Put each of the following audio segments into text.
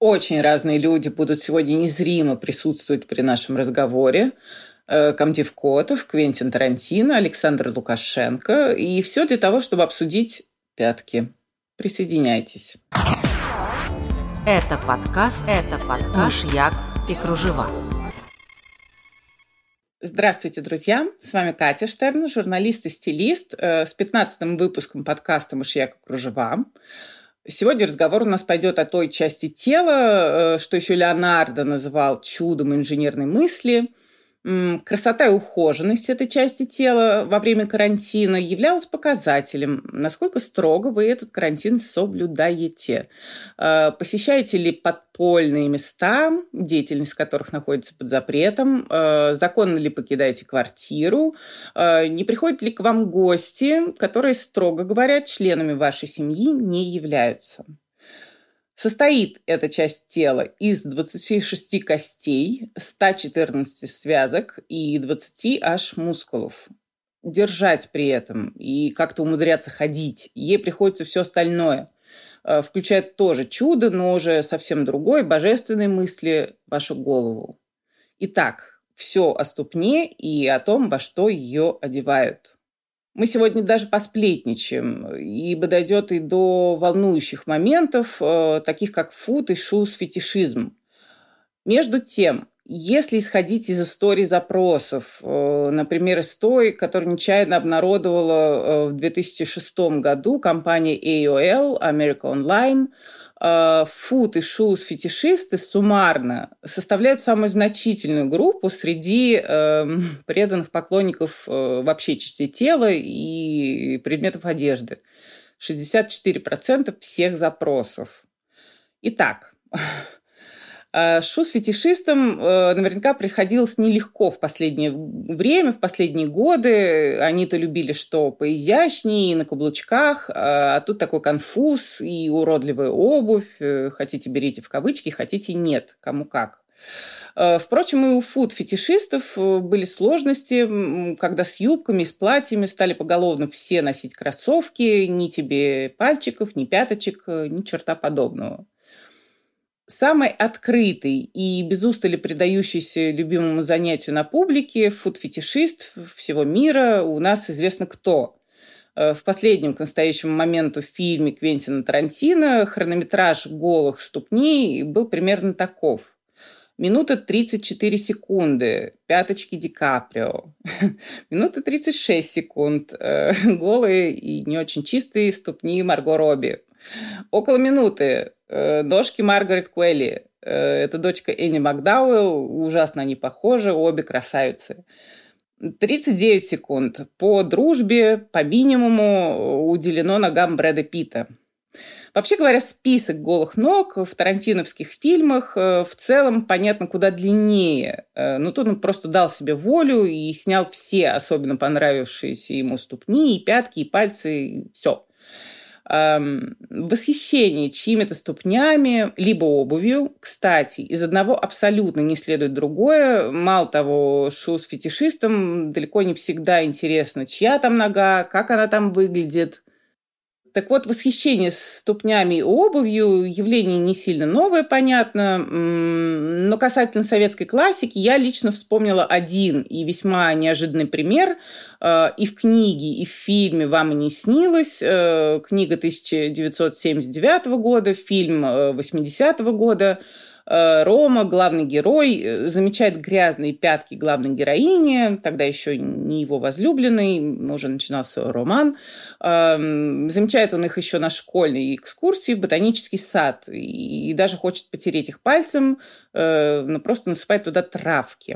Очень разные люди будут сегодня незримо присутствовать при нашем разговоре. Комдив Котов, Квентин Тарантино, Александр Лукашенко. И все для того, чтобы обсудить пятки. Присоединяйтесь. Это подкаст «Мышьяк и кружева». Здравствуйте, друзья! С вами Катя Штерн, журналист и стилист, с 15-м выпуском подкаста «Мышьяк и кружева». Сегодня разговор у нас пойдет о той части тела, что еще Леонардо называл чудом инженерной мысли. Красота и ухоженность этой части тела во время карантина являлась показателем, насколько строго вы этот карантин соблюдаете. Посещаете ли подпольные места, деятельность которых находится под запретом, законно ли покидаете квартиру, не приходят ли к вам гости, которые, строго говоря, членами вашей семьи не являются. Состоит эта часть тела из 26 костей, 114 связок и 20 аж мускулов. Держать при этом и как-то умудряться ходить, ей приходится все остальное, включая тоже чудо, но уже совсем другой, божественной мысли, вашу голову. Итак, все о ступне и о том, во что ее одевают. Мы сегодня даже посплетничаем, ибо дойдет и до волнующих моментов, таких как фут и шуз-фетишизм. Между тем, если исходить из истории запросов, например, из той, которую нечаянно обнародовала в 2006 году компания AOL, America Online, фут и шуз-фетишисты суммарно составляют самую значительную группу среди преданных поклонников вообще частей тела и предметов одежды. 64% всех запросов. Итак, шуз-фетишистам наверняка приходилось нелегко в последнее время, в последние годы. Они-то любили что поизящнее, и на каблучках, а тут такой конфуз и уродливая обувь. Хотите, берите в кавычки, хотите, нет, кому как. Впрочем, и у фуд-фетишистов были сложности, когда с юбками, с платьями стали поголовно все носить кроссовки, ни тебе пальчиков, ни пяточек, ни черта подобного. Самый открытый и без устали предающийся любимому занятию на публике фуд-фетишист всего мира у нас известно кто. В последнем к настоящему моменту фильме Квентина Тарантино хронометраж голых ступней был примерно таков. Минута 34 секунды. Пяточки Ди Каприо. Минута 36 секунд. Голые и не очень чистые ступни Марго Робби. Около минуты. Ножки Маргарет Куэлли. Это дочка Энни Макдауэлл. Ужасно они похожи, обе красавицы. 39 секунд. По дружбе, по минимуму, уделено ногам Брэда Питта. Вообще говоря, список голых ног в тарантиновских фильмах в целом, понятно, куда длиннее. Но тут он просто дал себе волю и снял все особенно понравившиеся ему ступни, и пятки, и пальцы, и все. Восхищение чьими-то ступнями, либо обувью. Кстати, из одного абсолютно не следует другое. Мало того, шуз-фетишистам далеко не всегда интересно, чья там нога, как она там выглядит. Так вот, восхищение ступнями и обувью явление не сильно новое, понятно, но касательно советской классики я лично вспомнила один и весьма неожиданный пример. И в книге, и в фильме «Вам и не снилось». Книга 1979 года, фильм 80-го года. Рома, главный герой, замечает грязные пятки главной героини, тогда еще не его возлюбленный, уже начинался роман. Замечает он их еще на школьной экскурсии в ботанический сад и даже хочет потереть их пальцем, но просто насыпает туда травки.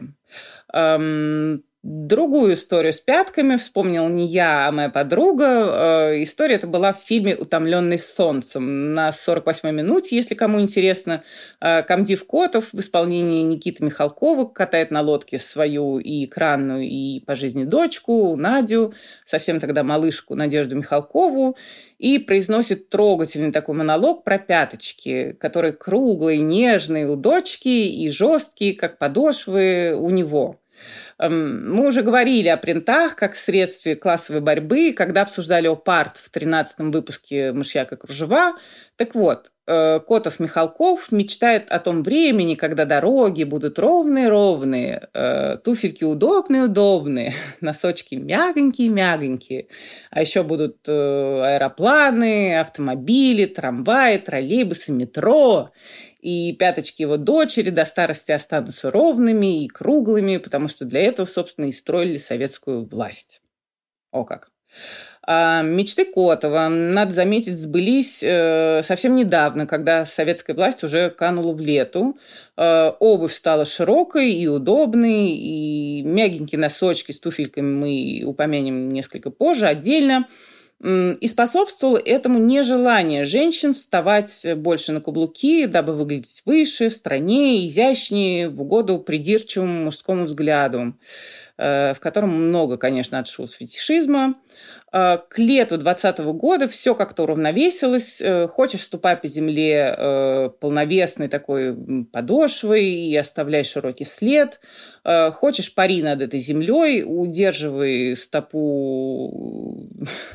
Другую историю с пятками вспомнил не я, а моя подруга. История эта была в фильме «Утомленный солнцем». На 48-й минуте, если кому интересно, комдив Котов в исполнении Никиты Михалкова катает на лодке свою и экранную, и по жизни дочку, Надю, совсем тогда малышку Надежду Михалкову, и произносит трогательный такой монолог про пяточки, которые круглые, нежные у дочки и жесткие, как подошвы у него. Мы уже говорили о принтах как средстве классовой борьбы, когда обсуждали ОПАРТ в 13-м выпуске «Мышьяк и кружева». Так вот, Котов-Михалков мечтает о том времени, когда дороги будут ровные-ровные, туфельки удобные-удобные, носочки мягонькие-мягонькие. А еще будут аэропланы, автомобили, трамваи, троллейбусы, метро. И пяточки его дочери до старости останутся ровными и круглыми, потому что для этого, собственно, и строили советскую власть. О как! А мечты Котова, надо заметить, сбылись совсем недавно, когда советская власть уже канула в лету. Обувь стала широкой и удобной, и мягенькие носочки с туфельками мы упомянем несколько позже отдельно. И способствовало этому нежелание женщин вставать больше на каблуки, дабы выглядеть выше, стройнее, изящнее, в угоду придирчивому мужскому взгляду, в котором много, конечно, отшел с фетишизма. К лету 2020 года все как-то уравновесилось. Хочешь, ступай по земле полновесной такой подошвой и оставляй широкий след. Хочешь, пари над этой землей, удерживай стопу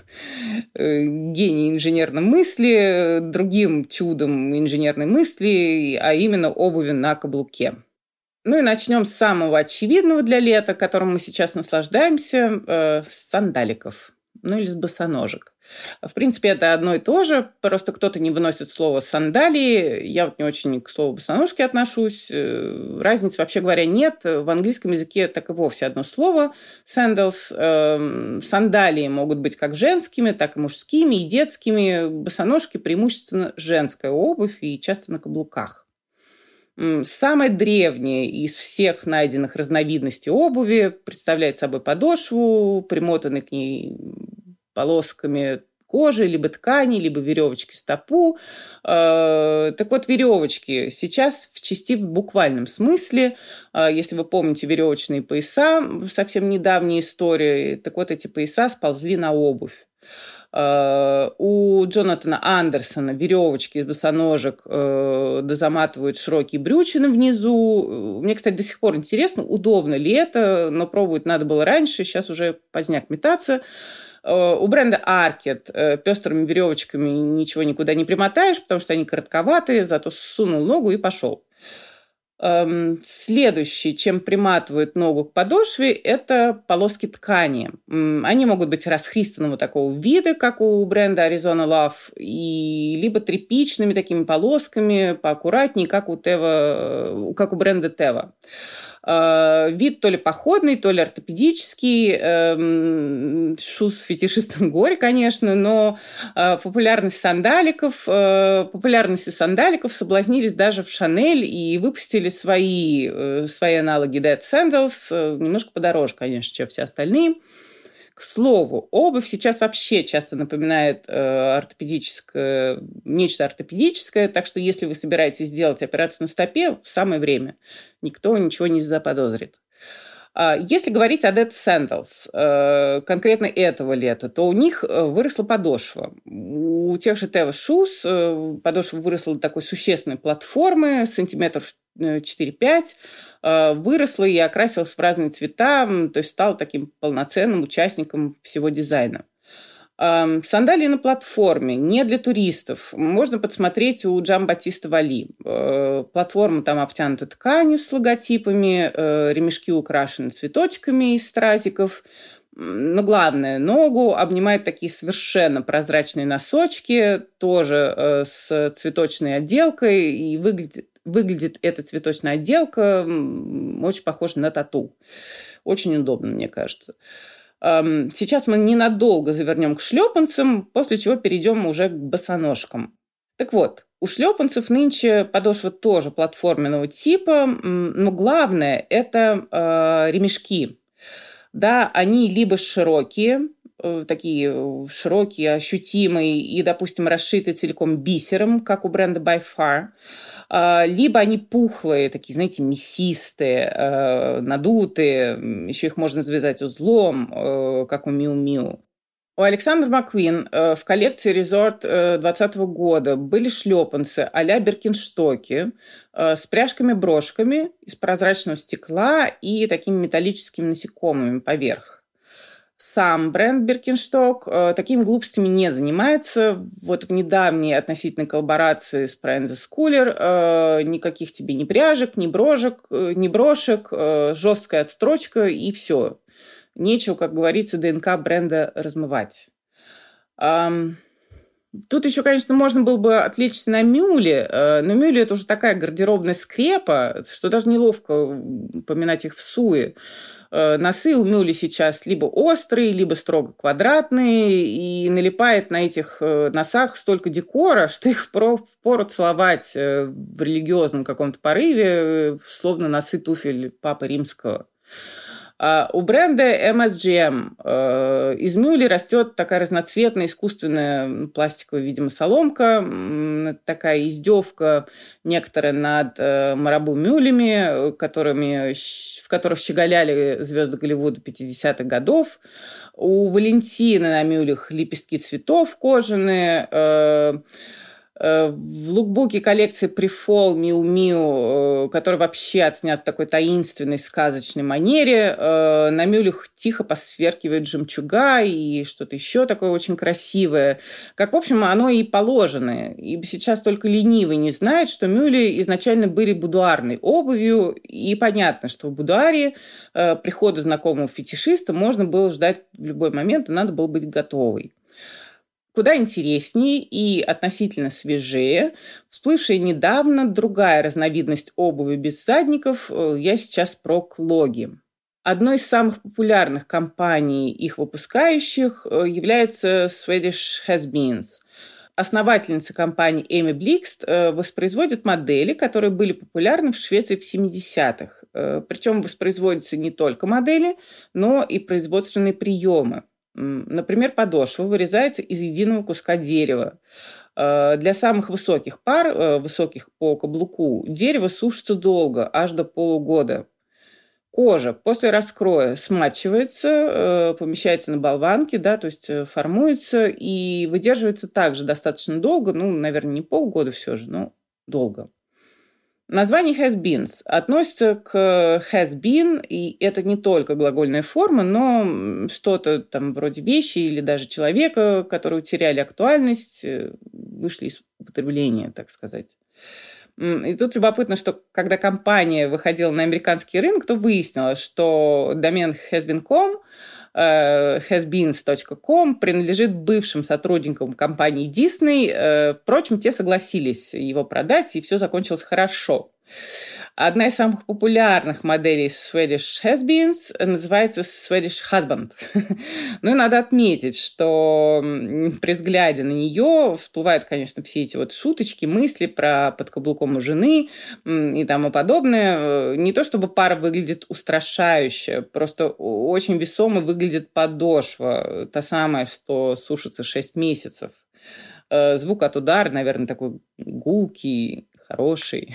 гения инженерной мысли другим чудом инженерной мысли, а именно обуви на каблуке. Ну и начнем с самого очевидного для лета, которым мы сейчас наслаждаемся, с сандаликов. Ну или с босоножек. В принципе, это одно и то же, просто кто-то не выносит слово «сандалии». Я вот не очень к слову «босоножки» отношусь. Разницы, вообще говоря, нет. В английском языке так и вовсе одно слово «sandals». Сандалии могут быть как женскими, так и мужскими, и детскими. Босоножки преимущественно женская обувь и часто на каблуках. Самая древняя из всех найденных разновидностей обуви представляет собой подошву, примотанный к ней полосками кожи, либо ткани, либо веревочки стопу. Так вот, веревочки сейчас в части в буквальном смысле. Если вы помните веревочные пояса, совсем недавней истории, так вот эти пояса сползли на обувь. У Джонатана Андерсона веревочки из босоножек дозаматывают широкие брючины внизу. Мне, кстати, до сих пор интересно, удобно ли это, но пробовать надо было раньше, сейчас уже поздняк метаться. У бренда Arket пестрыми веревочками ничего никуда не примотаешь, потому что они коротковатые, зато сунул ногу и пошел. Следующее, чем приматывают ногу к подошве, это полоски ткани. Они могут быть расхристанного такого вида, как у бренда Arizona Love, и либо тряпичными такими полосками, поаккуратнее, как у бренда Teva. Вид то ли походный, то ли ортопедический. Шуз с фетишистом горе, конечно, но популярностью сандаликов соблазнились даже в Шанель и выпустили свои аналоги Dead Sandals, немножко подороже, конечно, чем все остальные. К слову, обувь сейчас вообще часто напоминает нечто ортопедическое, так что если вы собираетесь сделать операцию на стопе, самое время. Никто ничего не заподозрит. Если говорить о Dead Sandals, конкретно этого лета, то у них выросла подошва. У тех же Teva Shoes подошва выросла до такой существенной платформы, сантиметров 4-5, выросла и окрасилась в разные цвета, то есть стала таким полноценным участником всего дизайна. Сандалии на платформе, не для туристов. Можно подсмотреть у Джамбатиста Вали. Платформа там обтянута тканью с логотипами, ремешки украшены цветочками из стразиков. Но главное, ногу обнимают такие совершенно прозрачные носочки, тоже с цветочной отделкой, и выглядит эта цветочная отделка очень похожа на тату. Очень удобно, мне кажется. Сейчас мы ненадолго завернем к шлепанцам, после чего перейдем уже к босоножкам. Так вот, у шлепанцев нынче подошва тоже платформенного типа, но главное – это ремешки. Да, они либо широкие, такие широкие, ощутимые и, допустим, расшиты целиком бисером, как у бренда By Far, либо они пухлые, такие, знаете, мясистые, надутые, еще их можно завязать узлом, как у Miu Miu. У Александра Маккуин в коллекции Resort 2020 года были шлепанцы а-ля Биркенстоки с пряжками-брошками из прозрачного стекла и такими металлическими насекомыми поверх. Сам бренд Birkenstock такими глупостями не занимается. Вот в недавней относительной коллаборации с Brand The Schooler никаких тебе ни пряжек, ни брошек, жесткая отстрочка и все. Нечего, как говорится, ДНК бренда размывать. Тут еще, конечно, можно было бы отвлечься на мюли, но мюли – это уже такая гардеробная скрепа, что даже неловко поминать их в суе. Носы у мюли сейчас либо острые, либо строго квадратные, и налипает на этих носах столько декора, что их впору целовать в религиозном каком-то порыве, словно носы туфель Папы Римского. У бренда MSGM из мюли растет такая разноцветная искусственная пластиковая, видимо, соломка, такая издевка некоторая над марабу мюлями, в которых щеголяли звезды Голливуда 50-х годов. У Валентины на мюлях лепестки цветов кожаные. В лукбуке коллекции Prefall Miu Miu, который вообще отснят в такой таинственной, сказочной манере, на мюлях тихо посверкивает жемчуга и что-то еще такое очень красивое. Как, в общем, оно и положено. Ибо сейчас только ленивый не знает, что мюли изначально были будуарной обувью, и понятно, что в будуаре прихода знакомого фетишиста можно было ждать в любой момент, и надо было быть готовой. Куда интереснее и относительно свежее, всплывшая недавно другая разновидность обуви без задников, я сейчас про клоги. Одной из самых популярных компаний, их выпускающих, является Swedish Has-Beens. Основательница компании Эми Бликст воспроизводит модели, которые были популярны в Швеции в 70-х. Причем воспроизводятся не только модели, но и производственные приемы. Например, подошва вырезается из единого куска дерева. Для самых высоких пар, высоких по каблуку, дерево сушится долго, аж до полугода. Кожа после раскроя смачивается, помещается на болванки, да, то есть формуется и выдерживается также достаточно долго, наверное, не полгода все же, но долго. Название has-beens относится к has been, и это не только глагольная форма, но что-то там вроде вещи или даже человека, которые утеряли актуальность, вышли из употребления, так сказать. И тут любопытно, что когда компания выходила на американский рынок, то выяснилось, что домен hasbeen.com, hasbeens.com принадлежит бывшим сотрудникам компании Disney. Впрочем, те согласились его продать, и все закончилось хорошо. Одна из самых популярных моделей Swedish Has-Beens называется Swedish Husband. И надо отметить, что при взгляде на нее всплывают, конечно, все эти вот шуточки, мысли про под каблуком у жены и тому подобное. Не то чтобы пара выглядит устрашающе, просто очень весомо выглядит подошва, та самая, что сушится 6 месяцев. Звук от удара, наверное, такой гулкий, хороший.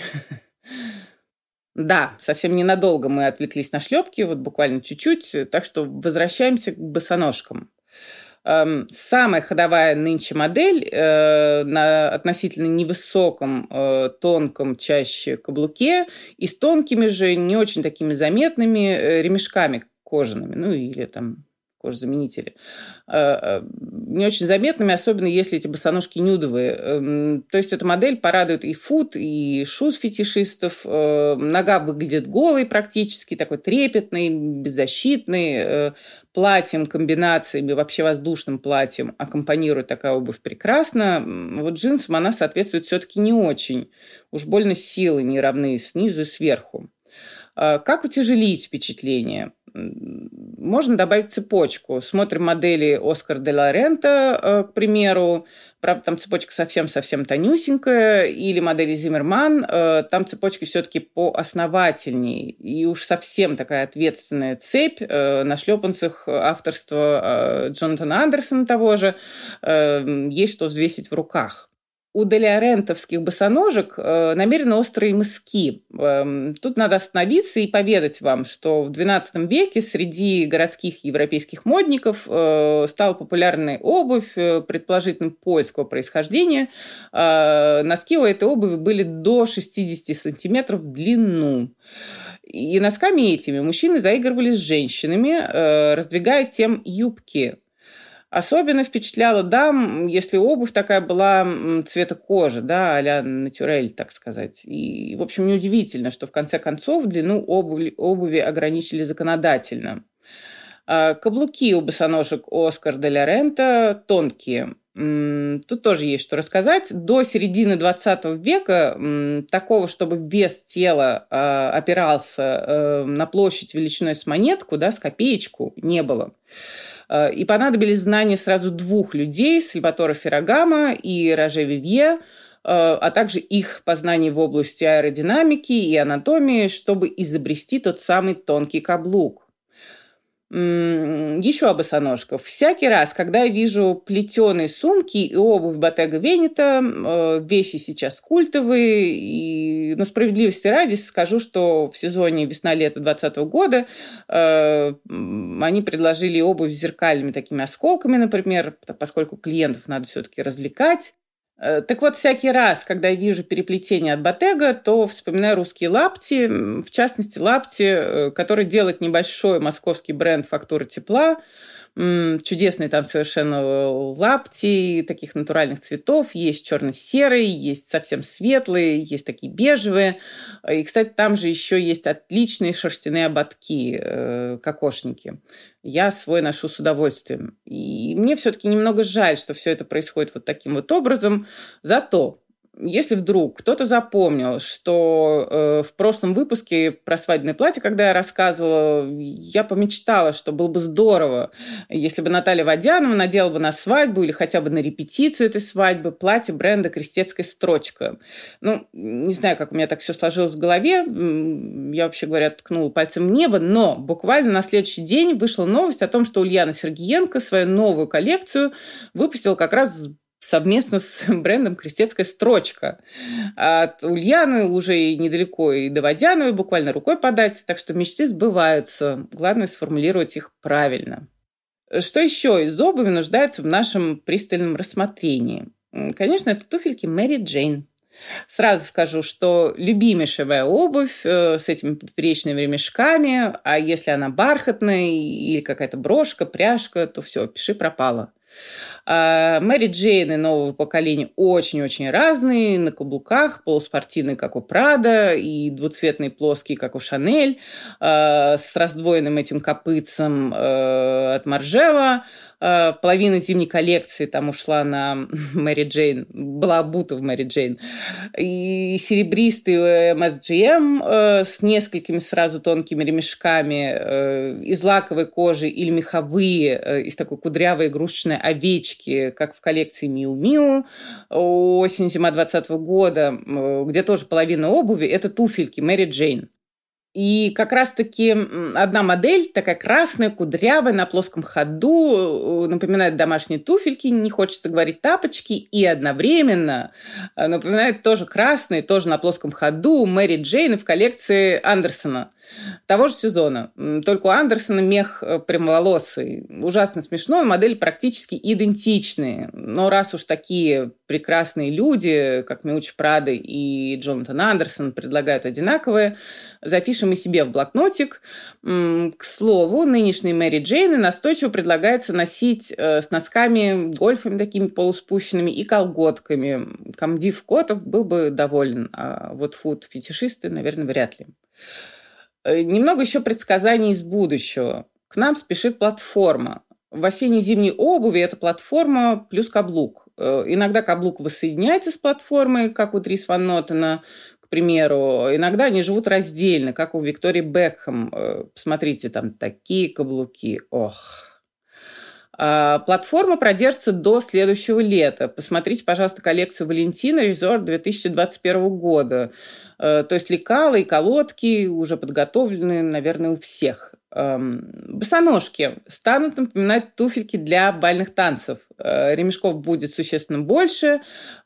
Да, совсем ненадолго мы отвлеклись на шлепки, вот буквально чуть-чуть, так что возвращаемся к босоножкам. Самая ходовая нынче модель на относительно невысоком, тонком чаще каблуке и с тонкими же, не очень такими заметными ремешками кожаными, или там кожзаменители. Не очень заметными, особенно если эти босоножки нюдовые. То есть эта модель порадует и фут, и шуз-фетишистов. Нога выглядит голой практически, такой трепетной, беззащитной. Платьем, комбинациями, вообще воздушным платьем аккомпанирует такая обувь прекрасно. Вот джинсам она соответствует все-таки не очень. Уж больно силы не равны снизу и сверху. Как утяжелить впечатление? Можно добавить цепочку. Смотрим модели Оскар де ла Рента, к примеру. Правда, там цепочка совсем-совсем тонюсенькая. Или модели Зиммерман. Там цепочка все-таки поосновательней. И уж совсем такая ответственная цепь на шлепанцах авторства Джонатана Андерсона того же. Есть что взвесить в руках. У делиарентовских босоножек намеренно острые мыски. Тут надо остановиться и поведать вам, что в XII веке среди городских европейских модников стала популярной обувь, предположительно польского происхождения. Носки у этой обуви были до 60 сантиметров в длину. И носками этими мужчины заигрывали с женщинами, раздвигая тем юбки. Особенно впечатляло дам, если обувь такая была цвета кожи, да, а-ля натюрель, так сказать. И, в общем, неудивительно, что в конце концов длину обуви ограничили законодательно. Каблуки у босоножек Оскар де ла Рента тонкие. Тут тоже есть что рассказать. До середины 20 века такого, чтобы вес тела опирался на площадь величиной с монетку, да, с копеечку, не было. И понадобились знания сразу двух людей, Сальваторе Феррагамо и Роже Вивье, а также их познаний в области аэродинамики и анатомии, чтобы изобрести тот самый тонкий каблук. Еще о босоножках. Всякий раз, когда я вижу плетеные сумки и обувь Bottega Veneta, вещи сейчас культовые, но справедливости ради скажу, что в сезоне весна-лето 2020 года они предложили обувь с зеркальными такими осколками, например, поскольку клиентов надо все-таки развлекать. Так вот, всякий раз, когда я вижу переплетение от Bottega, то вспоминаю русские лапти, в частности, лапти, который делает небольшой московский бренд «Фактура тепла». Чудесные там совершенно лапти таких натуральных цветов. Есть черно-серые, есть совсем светлые, есть такие бежевые. И, кстати, там же еще есть отличные шерстяные ободки, кокошники. Я свой ношу с удовольствием. И мне все-таки немного жаль, что все это происходит вот таким вот образом. Зато, если вдруг кто-то запомнил, что в прошлом выпуске про свадебное платье, когда я рассказывала, я помечтала, что было бы здорово, если бы Наталья Водянова надела бы на свадьбу или хотя бы на репетицию этой свадьбы платье бренда «Крестецкая строчка». Ну, не знаю, как у меня так все сложилось в голове. Я, вообще говоря, ткнула пальцем в небо, но буквально на следующий день вышла новость о том, что Ульяна Сергиенко свою новую коллекцию выпустила как раз совместно с брендом «Крестецкая строчка». От Ульяны уже и недалеко и до Водяновой, буквально рукой подать, так что мечты сбываются. Главное сформулировать их правильно. Что еще из обуви нуждается в нашем пристальном рассмотрении? Конечно, это туфельки Мэри Джейн. Сразу скажу, что любимейшая моя обувь с этими поперечными ремешками, а если она бархатная или какая-то брошка, пряжка, то все, пиши пропало. Мэри Джейны нового поколения очень-очень разные, на каблуках, полуспортивные, как у Прада, и двуцветные плоские, как у Шанель, с раздвоенным этим копытцем от Маржела. Половина зимней коллекции там ушла на Мэри Джейн, была обута в Мэри Джейн. И серебристый MSGM с несколькими сразу тонкими ремешками из лаковой кожи или меховые, из такой кудрявой игрушечной овечки, как в коллекции Miu Miu осень-зима 2020 года, где тоже половина обуви – это туфельки Мэри Джейн. И как раз-таки одна модель, такая красная, кудрявая, на плоском ходу, напоминает домашние туфельки, не хочется говорить тапочки, и одновременно напоминает тоже красные, тоже на плоском ходу Мэри Джейн в коллекции Андерсона того же сезона. Только у Андерсона мех прямоволосый. Ужасно смешно, модели практически идентичные. Но раз уж такие прекрасные люди, как Миуччо Прадо и Джонатан Андерсон, предлагают одинаковые, запишем и себе в блокнотик. К слову, нынешние Мэри Джейны настойчиво предлагается носить с носками, гольфами такими полуспущенными и колготками. Комдив Котов был бы доволен, а вот фуд-фетишисты, наверное, вряд ли. Немного еще предсказаний из будущего. К нам спешит платформа. В осенне-зимней обуви это платформа плюс каблук. Иногда каблук воссоединяется с платформой, как у Дрис Ван Нотена, к примеру. Иногда они живут раздельно, как у Виктории Бекхэм. Посмотрите, там такие каблуки. Ох! Платформа продержится до следующего лета. Посмотрите, пожалуйста, коллекцию Валентина Resort 2021 года. То есть лекала и колодки уже подготовлены, наверное, у всех. Босоножки станут напоминать туфельки для бальных танцев. Ремешков будет существенно больше.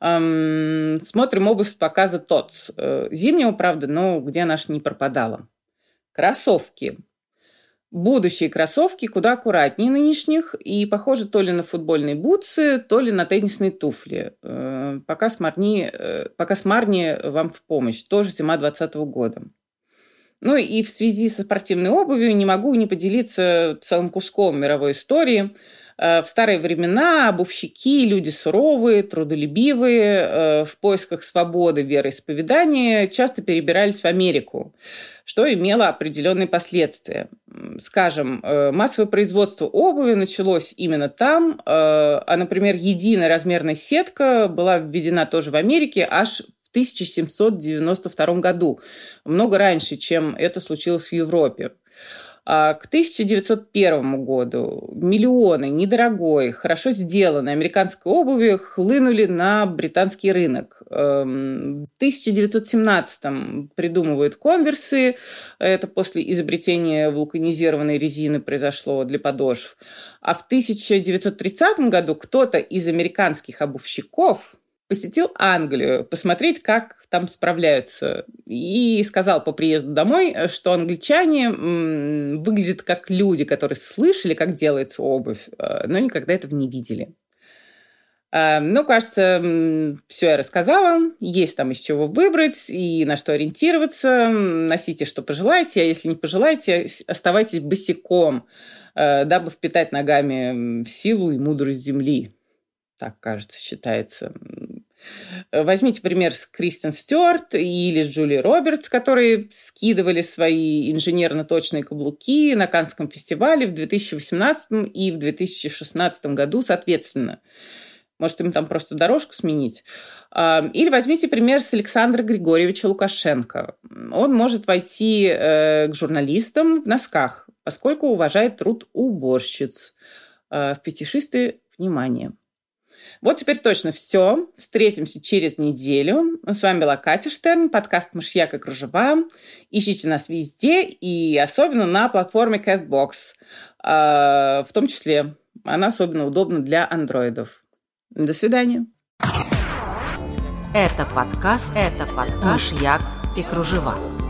Смотрим обувь показа ТОЦ. Зимнего, правда, но где наша не пропадала. Кроссовки. Будущие кроссовки куда аккуратнее нынешних и похожи то ли на футбольные бутсы, то ли на теннисные туфли. Пока с Марни вам в помощь. Тоже зима 2020 года. Ну и в связи со спортивной обувью не могу не поделиться целым куском мировой истории. В старые времена обувщики, люди суровые, трудолюбивые, в поисках свободы вероисповедания часто перебирались в Америку, что имело определенные последствия. Скажем, массовое производство обуви началось именно там, а, например, единая размерная сетка была введена тоже в Америке аж в 1792 году, много раньше, чем это случилось в Европе. К 1901 году миллионы недорогой, хорошо сделанной американской обуви хлынули на британский рынок. В 1917 придумывают конверсы. Это после изобретения вулканизированной резины произошло для подошв. А в 1930 году кто-то из американских обувщиков посетил Англию, посмотреть, как там справляются. И сказал по приезду домой, что англичане выглядят как люди, которые слышали, как делается обувь, но никогда этого не видели. Ну, кажется, все я рассказала. Есть там из чего выбрать и на что ориентироваться. Носите, что пожелаете, а если не пожелаете, оставайтесь босиком, дабы впитать ногами силу и мудрость земли. Так, кажется, считается. Возьмите пример с Кристен Стюарт или с Джулией Робертс, которые скидывали свои инженерно-точные каблуки на Каннском фестивале в 2018 и в 2016 году соответственно. Может, им там просто дорожку сменить? Или возьмите пример с Александра Григорьевича Лукашенко. Он может войти к журналистам в носках, поскольку уважает труд уборщиц. В петишисты внимание. Вот теперь точно все. Встретимся через неделю. С вами была Катя Штерн, подкаст «Мышьяк и кружева». Ищите нас везде и особенно на платформе CastBox. В том числе она особенно удобна для андроидов. До свидания. Это подкаст «Мышьяк и кружева».